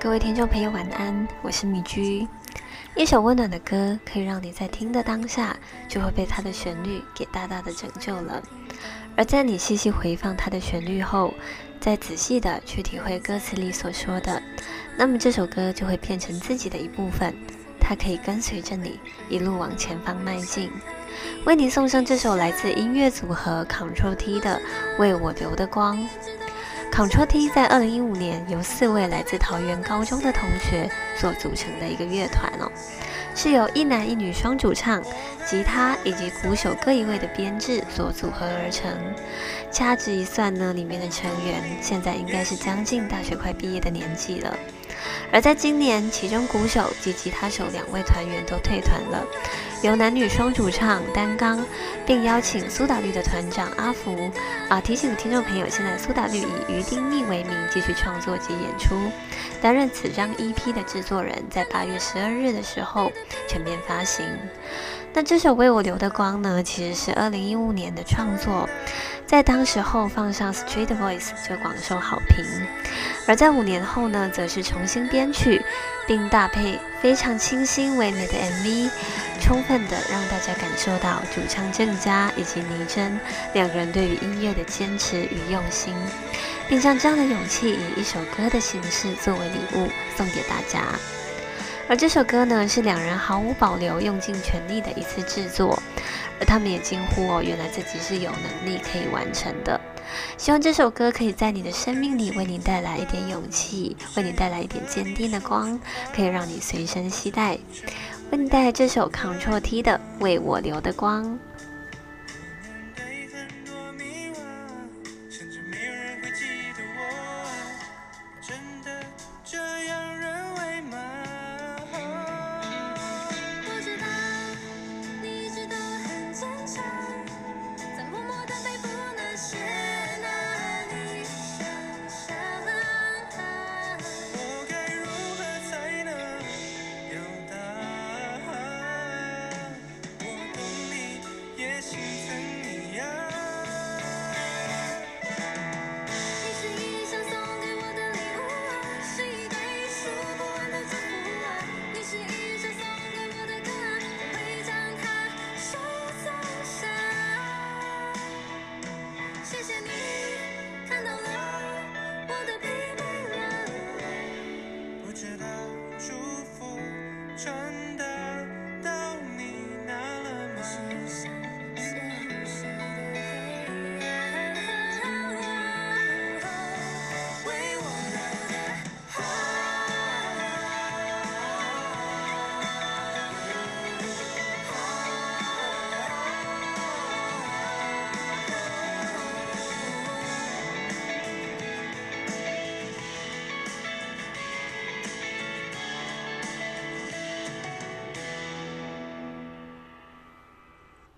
各位听众朋友晚安，我是米居。一首温暖的歌，可以让你在听的当下，就会被它的旋律给大大的拯救了。而在你细细回放它的旋律后，再仔细的去体会歌词里所说的，那么这首歌就会变成自己的一部分，它可以跟随着你一路往前方迈进。为你送上这首来自音乐组合 Ctrl T 的《为我留的光》。Ctrl T 在2015年由4位来自桃园高中的同学所组成的一个乐团是由一男一女双主唱、吉他以及鼓手各一位的编制所组合而成。掐指一算呢，里面的成员现在应该是将近大学快毕业的年纪了。而在今年，其中鼓手及吉他手2位团员都退团了，由男女双主唱担纲，并邀请苏打绿的团长阿福提醒听众朋友，现在苏打绿以于丁密为名继续创作及演出，担任此张 EP 的制作人，在8月12日的时候全面发行。那这首为我留的光呢，其实是2015年的创作，在当时候放上 Street Voice 就广受好评，而在5年后呢，则是重新编曲，并搭配非常清新唯美的 MV， 充分的让大家感受到主唱郑嘉以及倪珍2个人对于音乐的坚持与用心，并将这样的勇气以一首歌的形式作为礼物送给大家。而这首歌呢，是2人毫无保留用尽全力的一次制作，而他们也惊呼原来自己是有能力可以完成的。希望这首歌可以在你的生命里为你带来一点勇气，为你带来一点坚定的光，可以让你随身携带。为你带来这首 Ctrl T 的《为我留的光》。 传